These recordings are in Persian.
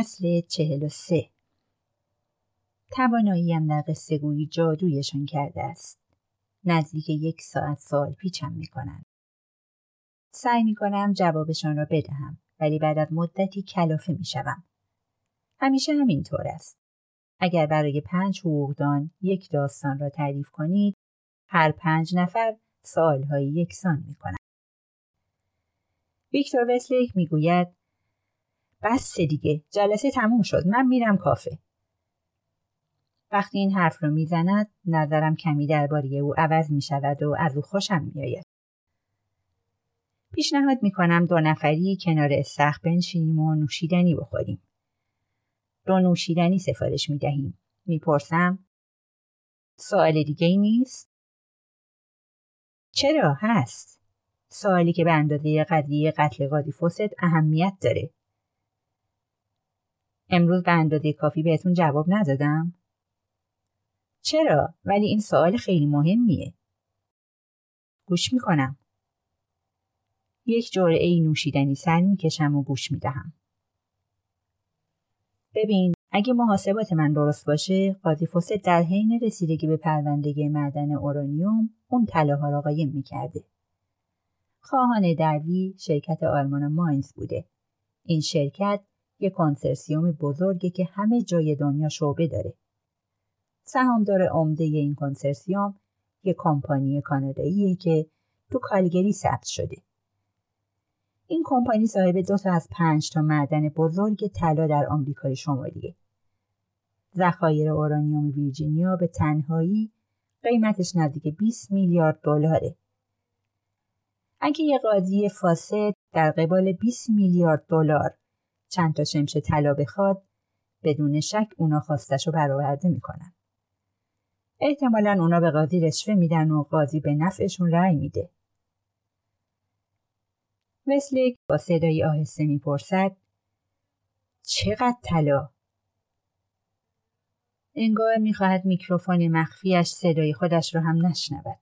فصل 43. تواناییم در قصه گویی جادویشان کرده است. نزدیک 1 ساعت سوال پیچم میکنند. سعی میکنم جوابشان را بدهم، ولی بعد از مدتی کلافه میشوم. همیشه همینطور است. اگر برای 5 حقوقدان 1 داستان را تعریف کنید، هر 5 نفر سوالهای یکسان میکنند. ویکتور وستلیک میگوید بس دیگه، جلسه تموم شد، من میرم کافه. وقتی این حرف رو میزند، نظرم کمی درباره او عوض میشود و از او خوشم میآید. پیشنهاد میکنم 2 نفری کنار استخر بنشینیم و نوشیدنی بخوریم. 2 نوشیدنی سفارش میدهیم. میپرسم سوال دیگه ای نیست؟ چرا هست؟ سوالی که به اندازه قضیه قتل قاضی فوست اهمیت داره. امروز به اندازه کافی بهتون جواب ندادم؟ چرا؟ ولی این سوال خیلی مهمیه. گوش میکنم. 1 جرعه نوشیدنی سر میکشم و گوش میدهم. ببین، اگه محاسبات من درست باشه، قاضی فوست در حین رسیدگی به پرونده معدن اورانیوم اون طلاها را قایم میکرده. خواهان دعوی شرکت آرمانا ماینز بوده. این شرکت یک کنسرسیوم بزرگه که همه جای دنیا شعبه داره. سهامدار عمده این کنسرسیوم یک کمپانی کاناداییه که تو کالگری ثبت شده. این کمپانی صاحب 2 تا از 5 تا معدن بزرگ طلا در آمریکای شمالیه. ذخایر اورانیوم ویرجینیا به تنهایی قیمتش نزدیک 20 میلیارد دلاره. اگه یه قاضی فاسد در قبال 20 میلیارد دلار چند تا شمش طلا بخواد، بدون شک اونا خواستشو برآورده میکنن. احتمالاً اونا به قاضی رشوه میدن و قاضی به نفعشون رأی میده. وستلیک با صدای آهسته میپرسد چقدر طلا؟ انگار میخواهد میکروفون مخفیش صدای خودش رو هم نشنود.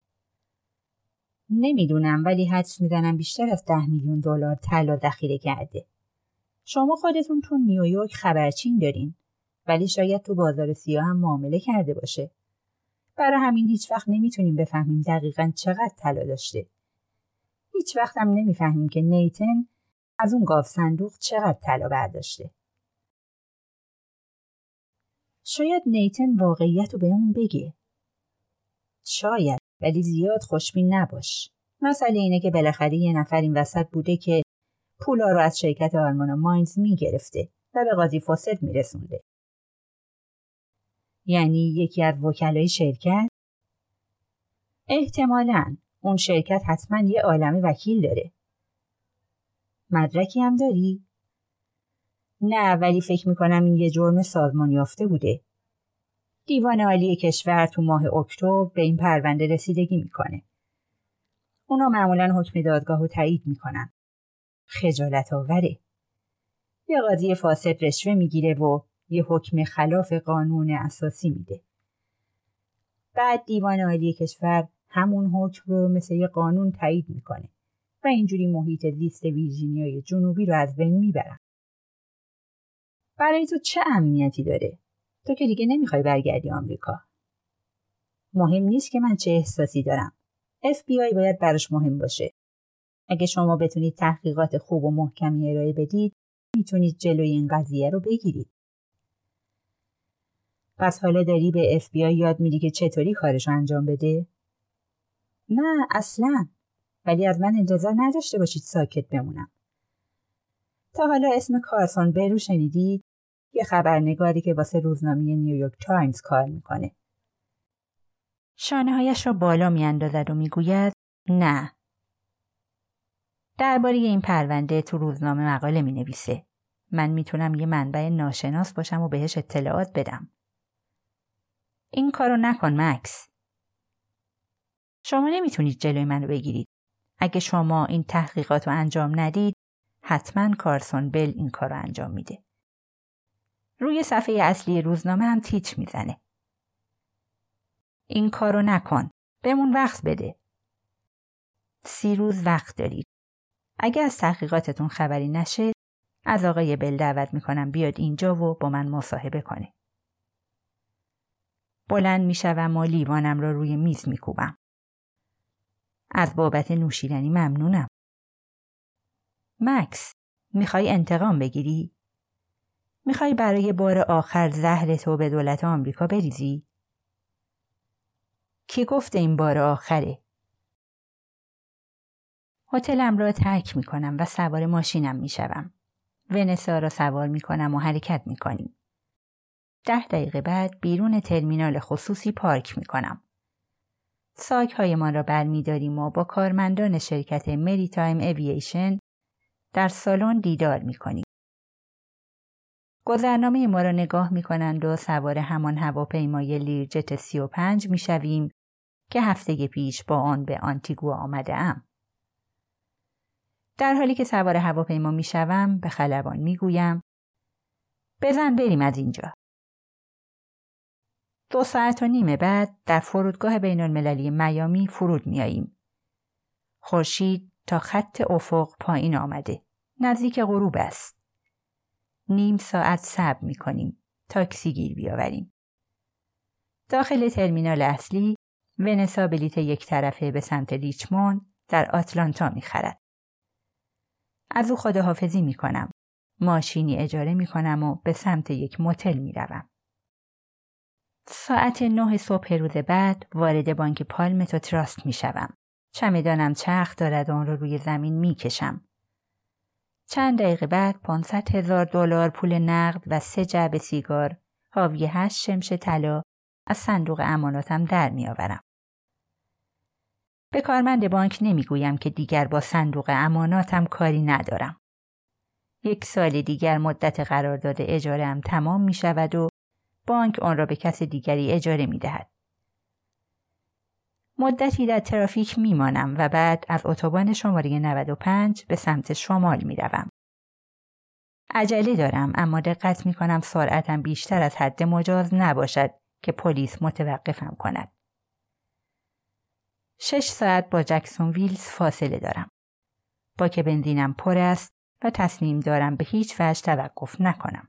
نمیدونم، ولی حدس میزنم بیشتر از 10 میلیون دلار طلا ذخیره کرده. شما خودتون تو نیویورک خبرچین دارین، ولی شاید تو بازار سیاه هم معامله کرده باشه. برای همین هیچ وقت نمیتونیم بفهمیم دقیقاً چقدر طلا داشته. هیچ وقت هم نمیفهمیم که نیتن از اون گاو صندوق چقدر طلا برداشته. شاید نیتن واقعیت رو بهمون بگه. شاید، ولی زیاد خوشبین نباش. مسئله اینه که بالاخره یه نفر این وسط بوده که پولا رو از شرکت آرمانا ماینز میگرفته و به قاضی فوست میرسونده. یعنی یکی از وکلای شرکت؟ احتمالاً اون شرکت حتما یه عالمه وکیل داره. مدرکی هم داری؟ نه، ولی فکر میکنم این یه جرم سازمان یافته بوده. دیوان عالی کشور تو ماه اکتبر به این پرونده رسیدگی میکنه. اونا معمولاً حکم دادگاه رو تایید میکنن. خجالت آوره. یه قاضی فاسد رشوه میگیره و یه حکم خلاف قانون اساسی میده. بعد دیوان عالی کشور همون حکم رو مثل یه قانون تایید میکنه و اینجوری محیط زیست ویرجینیای جنوبی رو از بین میبرن. برای تو چه اهمیتی داره؟ تو که دیگه نمیخوای برگردی آمریکا. مهم نیست که من چه احساسی دارم. FBI باید براش مهم باشه. اگه شما بتونید تحقیقات خوب و محکمی ارائه بدید، میتونید جلوی این قضیه رو بگیرید. پس حالا داری به FBI یاد میدی که چطوری کارشو انجام بده؟ نه اصلاً. ولی از من انتظار نداشته باشید ساکت بمونم. تا حالا اسم کارسون بل رو شنیدید؟ یه خبرنگاری که واسه روزنامه نیویورک تایمز کار میکنه. شانه‌هایش را بالا میاندازد و میگوید نه. درباره این پرونده تو روزنامه مقاله مینویسه. من میتونم یه منبع ناشناس باشم و بهش اطلاعات بدم. این کارو نکن مکس. شما نمیتونید جلوی منو بگیرید. اگه شما این تحقیقات رو انجام ندید، حتما کارسون بل این کار رو انجام میده. روی صفحه اصلی روزنامه هم تیتر میزنه. این کار رو نکن. بهمون وقت بده. 30 روز وقت دارید. اگه از تحقیقاتتون خبری نشه، از آقای بل دعوت میکنم بیاد اینجا و با من مصاحبه کنه. بلند میشوم و لیوانم را روی میز میکوبم. از بابت نوشیدنی ممنونم. مکس، میخوای انتقام بگیری؟ میخوای برای بار آخر زهر تو به دولت آمریکا بریزی؟ کی گفته این بار آخره؟ هتلم را ترک میکنم و سوار ماشینم میشوم. ونسا را سوار میکنم و حرکت میکنیم. 10 دقیقه بعد بیرون ترمینال خصوصی پارک میکنم. ساک‌هایمان را برمی‌داریم و با کارمندان شرکت مریتایم اوییشن در سالن دیدار می‌کنیم. گذرنامه ما را نگاه می‌کنند و سوار همان هواپیمای لیرجت 35 می‌شویم که هفته پیش با آن به آنتیگوا آمده‌ام. در حالی که سوار هواپیما می‌شوم به خلبان می‌گویم بزن بریم از اینجا. 2 ساعت و نیم بعد در فرودگاه بین المللی میامی فرود میاییم. خورشید تا خط افق پایین آمده. نزدیک غروب است. نیم ساعت صبر میکنیم. تاکسی گیر بیاوریم. داخل ترمینال اصلی ونسا بلیت یک طرفه به سمت ریچموند در آتلانتا میخرد. از او خداحافظی میکنم. ماشینی اجاره میکنم و به سمت یک موتل میروم. ساعت 9 صبح روز بعد وارد بانک پالمتو تراست می شوم. چمدانم چرخ دارد و آن را روی زمین می کشم. چند دقیقه بعد $500,000 پول نقد و 3 جعبه سیگار حاوی 8 شمش طلا از صندوق اماناتم در می آورم. به کارمند بانک نمی گویم که دیگر با صندوق اماناتم کاری ندارم. 1 سال دیگر مدت قرارداد اجاره‌ام تمام می شود و بانک آن را به کس دیگری اجاره می دهد. مدتی در ترافیک می مانم و بعد از اتوبان شماره 95 به سمت شمال می روم. عجله دارم اما دقت می کنم سرعتم بیشتر از حد مجاز نباشد که پلیس متوقفم کند. 6 ساعت با جکسون ویلز فاصله دارم. باک بنزینم پر است و تصمیم دارم به هیچ وجه توقف نکنم.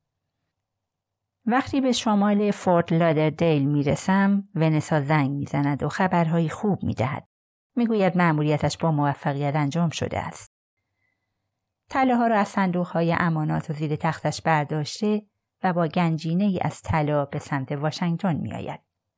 وقتی به شمال فورت لادردیل میرسم، ونسا زنگ میزند و خبرهای خوب میدهد. میگوید مأموریتش با موفقیت انجام شده است. طلاها را از صندوقهای امانات و زیر تختش برداشته و با گنجینه‌ای از طلا به سمت واشنگتن میآید.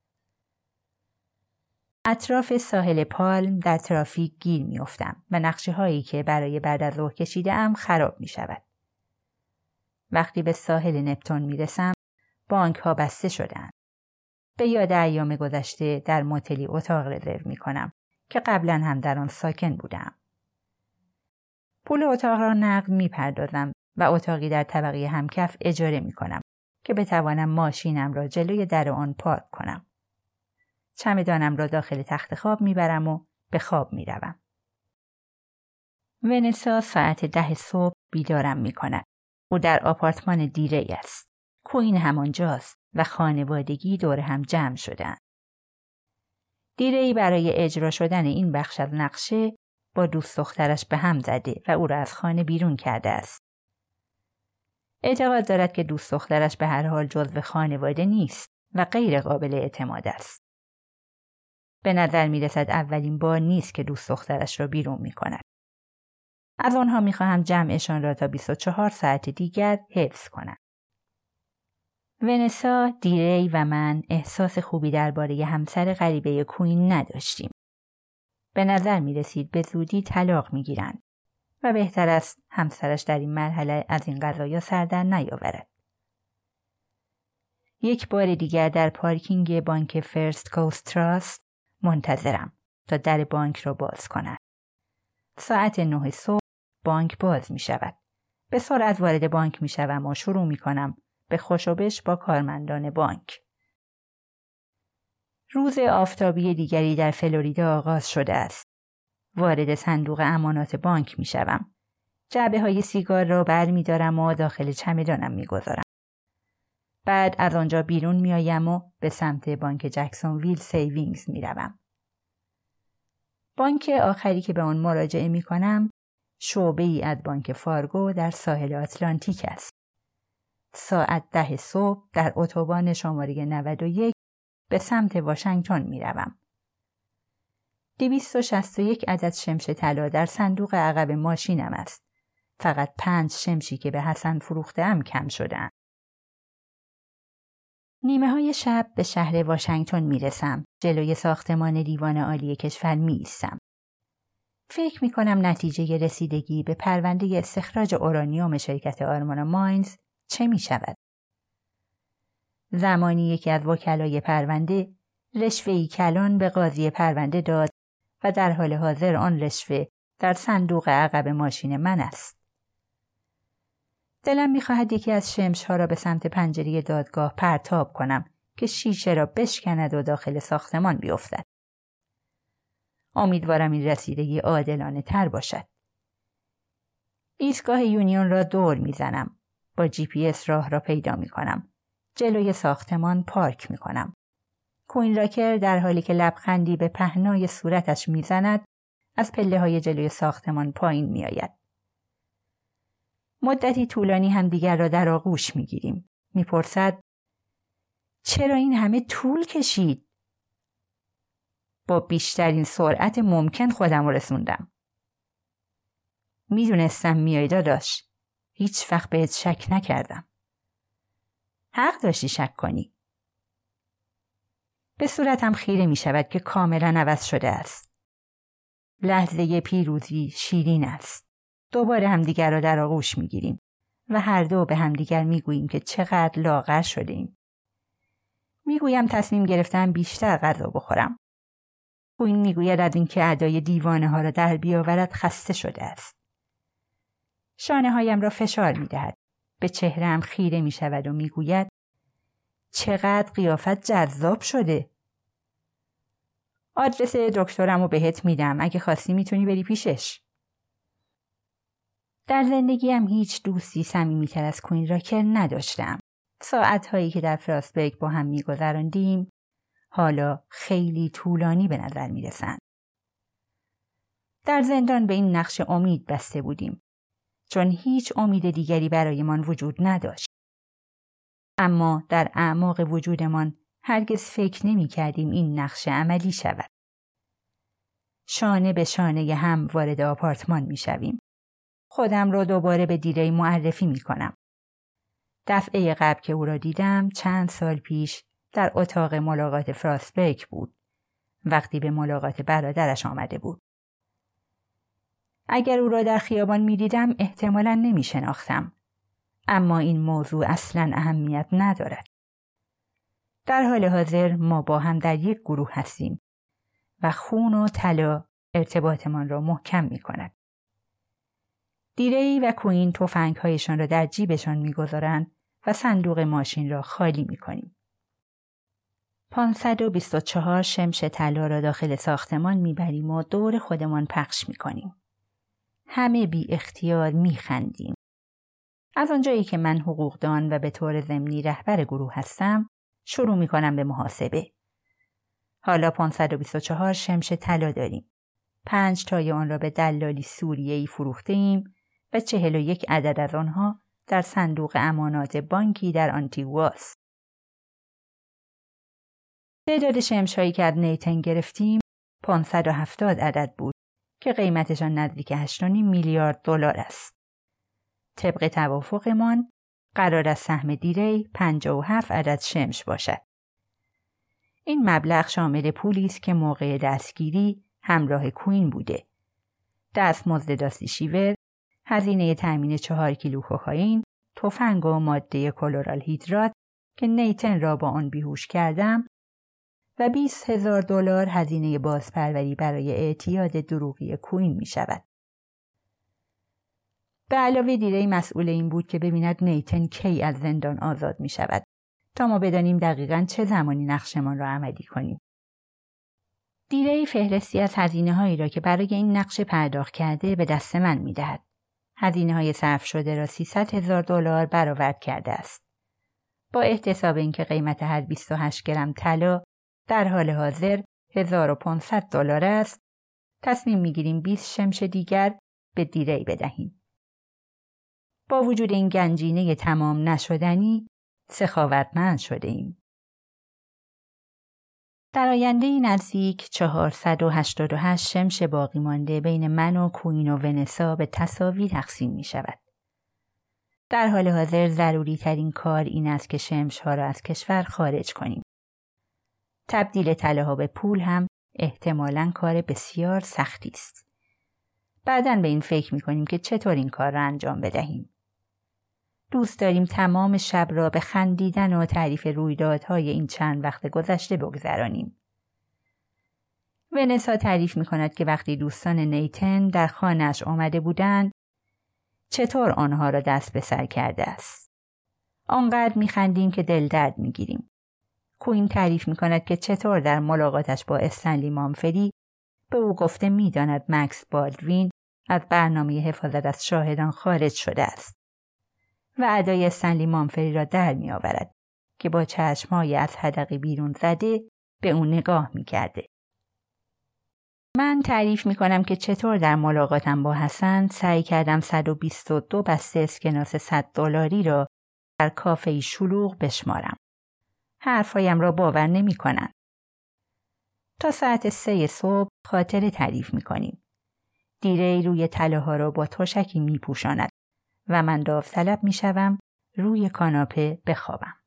اطراف ساحل پالم در ترافیک گیر میافتم و نقشه‌هایی که برای بعد از ظهر کشیده‌ام خراب میشود. وقتی به ساحل نپتون میرسم، بانک ها بسته شدند. به یاد ایام گذشته در موتلی اتاق رزرو می کنم که قبلا هم در آن ساکن بودم. پول اتاق را نقد می پردازم و اتاقی در طبقه همکف اجاره می کنم که بتوانم ماشینم را جلوی در آن پارک کنم. چمدانم را داخل تخت خواب می برم و به خواب می روم. ونسا ساعت 10 صبح بیدارم می کند. او در آپارتمان دیری است. کوین همانجاست و خانوادگی دور هم جمع شدند. دیری برای اجرا شدن این بخش از نقشه با دوست دخترش به هم زده و او را از خانه بیرون کرده است. اعتقاد دارد که دوست دخترش به هر حال جزو خانواده نیست و غیر قابل اعتماد است. به نظر می رسد اولین بار نیست که دوست دخترش را بیرون می کند. از آنها می خواهم جمعشان را تا 24 ساعت دیگر حفظ کنند. ونسا، دیری و من احساس خوبی درباره همسر غریبه کوین نداشتیم. به نظر می رسید به زودی طلاق می گیرند و بهتر است همسرش در این مرحله از این قضایا سر در نیاورد. یک بار دیگر در پارکینگ بانک فرست کوست تراست منتظرم تا در بانک را باز کند. ساعت 9 صبح بانک باز می شود. به سرعت وارد بانک می شوم و شروع می کنم به خوشوبش با کارمندان بانک. روز آفتابی دیگری در فلوریدا آغاز شده است. وارد صندوق امانات بانک می شوم. جعبه های سیگار را بر می دارم و داخل چمدانم می گذارم. بعد از آنجا بیرون می آیم و به سمت بانک جکسون ویل سیوینگز می روم. بانک آخری که به آن مراجعه می کنم شعبه‌ای از بانک فارگو در ساحل آتلانتیک است. ساعت 10 صبح در اتوبان شماره 91 به سمت واشنگتن می‌روم. 261 عدد شمش طلا در صندوق عقب ماشینم است. فقط 5 شمشی که به حسن فروخته‌ام کم شدند. نیمه‌های شب به شهر واشنگتن میرسم. جلوی ساختمان دیوان عالی کشور میایستم. فکر میکنم نتیجه رسیدگی به پرونده استخراج اورانیوم شرکت آرمانا ماینز چه میشود؟ زمانی یکی از وکلای پرونده رشوه‌ای کلان به قاضی پرونده داد و در حال حاضر آن رشوه در صندوق عقب ماشین من است. دلم می‌خواهد یکی از شمش‌ها را به سمت پنجره دادگاه پرتاب کنم که شیشه را بشکند و داخل ساختمان بیفتد. امیدوارم این رسیدگی عادلانه تر باشد. ایستگاه یونیون را دور میزنم. با GPS راه را پیدا میکنم. جلوی ساختمان پارک میکنم. کوین راکر در حالی که لبخندی به پهنای صورتش میزند از پله‌های جلوی ساختمان پایین میآید. مدتی طولانی هم دیگر را در آغوش میگیریم. میپرسد چرا این همه طول کشید؟ با بیشترین سرعت ممکن خودم رسوندم. میدونستم میای داداش. هیچ وقت بهت شک نکردم. حق داشتی شک کنی. به صورتم خیره می شود که کاملا عوض شده است. لحظه پیروزی شیرین است. دوباره همدیگر را در آغوش می گیریم و هر دو به همدیگر می گوییم که چقدر لاغر شده ایم. می گویم تصمیم گرفتم بیشتر غذا بخورم. کوین می گوید از اینکه ادای دیوانه ها را در بیاورد خسته شده است. شانه هایم را فشار می دهد. به چهره‌ام خیره می شود و می گوید چقدر قیافت جذاب شده. آدرس دکترم رو بهت میدم. اگه خواستی میتونی بری پیشش. در زندگیم هیچ دوستی صمیمی‌تر از کوین راکر نداشتم. ساعت‌هایی که در فراسبرگ با هم می‌گذراندیم حالا خیلی طولانی به نظر می‌رسند. در زندان به این نقش امید بسته بودیم. چون هیچ امید دیگری برایمان وجود نداشت. اما در اعماق وجودمان هرگز فکر نمی کردیم این نقش عملی شود. شانه به شانه هم وارد آپارتمان می شویم. خودم را دوباره به دیری معرفی می کنم. دفعه قبل که او را دیدم چند سال پیش در اتاق ملاقات فراسبرگ بود. وقتی به ملاقات برادرش آمده بود. اگر او را در خیابان می دیدم احتمالاً نمی شناختم. اما این موضوع اصلاً اهمیت ندارد. در حال حاضر ما با هم در یک گروه هستیم و خون و طلا ارتباطمان را محکم می کند. دیری و کوین تفنگ‌هایشان را در جیبشان می گذارند و صندوق ماشین را خالی می کنیم. 524 شمش طلا را داخل ساختمان می بریم و دور خودمان پخش می کنیم. همه بی اختیار می خندیم. از آنجایی که من حقوقدان و به طور ضمنی رهبر گروه هستم، شروع می کنم به محاسبه. حالا 524 شمش طلا داریم. 5 تای آن را به دلالی سوریه‌ای فروخته ایم و 41 عدد از آنها در صندوق امانات بانکی در آنتیگواست. تعداد شمش‌هایی که از نیتن گرفتیم 570 عدد بود که قیمتشان نزدیک 8.5 میلیارد دلار است. طبق توافقمان قرار است سهم دیری 57 عدد شمش باشد. این مبلغ شامل پولی است که موقع دستگیری همراه کوین بوده. دستمزد داستی شیور، هزینه تأمین 4 کیلو کوکائین، تفنگ و ماده کلرال هیدرات که نیتن را با آن بیهوش کردم و $20,000 هزینه بازپروری برای اعتیاد دروغی کوین می شود. به علاوه دیری مسئول این بود که ببیند نیتن کی از زندان آزاد می شود تا ما بدانیم دقیقاً چه زمانی نقشمان را عملی کنیم. دیری فهرستی از هزینه‌هایی را که برای این نقشه پرداخت کرده به دست من می دهد. هزینه‌های صرف شده را $300,000 برآورد کرده است. با احتساب اینکه قیمت هر 28 گرم طلا در حال حاضر $1,500 است، تصمیم می‌گیریم 20 شمش دیگر به دیری بدهیم. با وجود این گنجینه تمام نشدنی سخاوتمند شده ایم. در آینده نزدیک 488 شمش باقی مانده بین من و کوئین و ونسا به تساوی تقسیم می شود. در حال حاضر ضروری ترین کار این است که شمش ها را از کشور خارج کنیم. تبدیل طلاها به پول هم احتمالاً کار بسیار سختی است. بعداً به این فکر می کنیم که چطور این کار را انجام بدهیم. دوست داریم تمام شب را به خندیدن و تعریف رویدادهای این چند وقت گذشته بگذرانیم. ونسا تعریف می کند که وقتی دوستان نیتن در خانه‌اش آمده بودند، چطور آنها را دست به سر کرده است. آنقدر می خندیم که دل درد می گیریم. کوئین تعریف می کند که چطور در ملاقاتش با استنلی مامفری به او گفته می داند مکس بالدوین از برنامه حفاظت از شاهدان خارج شده است و ادای استنلی مامفری را در می آورد که با چشم‌های از حدقه بیرون زده به او نگاه می کرده. من تعریف می کنم که چطور در ملاقاتم با حسن سعی کردم 122 بسته اسکناس $100 را در کافه‌ای شلوغ بشمارم. حرفایم را باور نمی کنند. تا ساعت 3 صبح خاطره تعریف می کنیم. دیری روی طلاها را با تشکی می پوشاند و من داوطلب می شوم روی کاناپه بخوابم.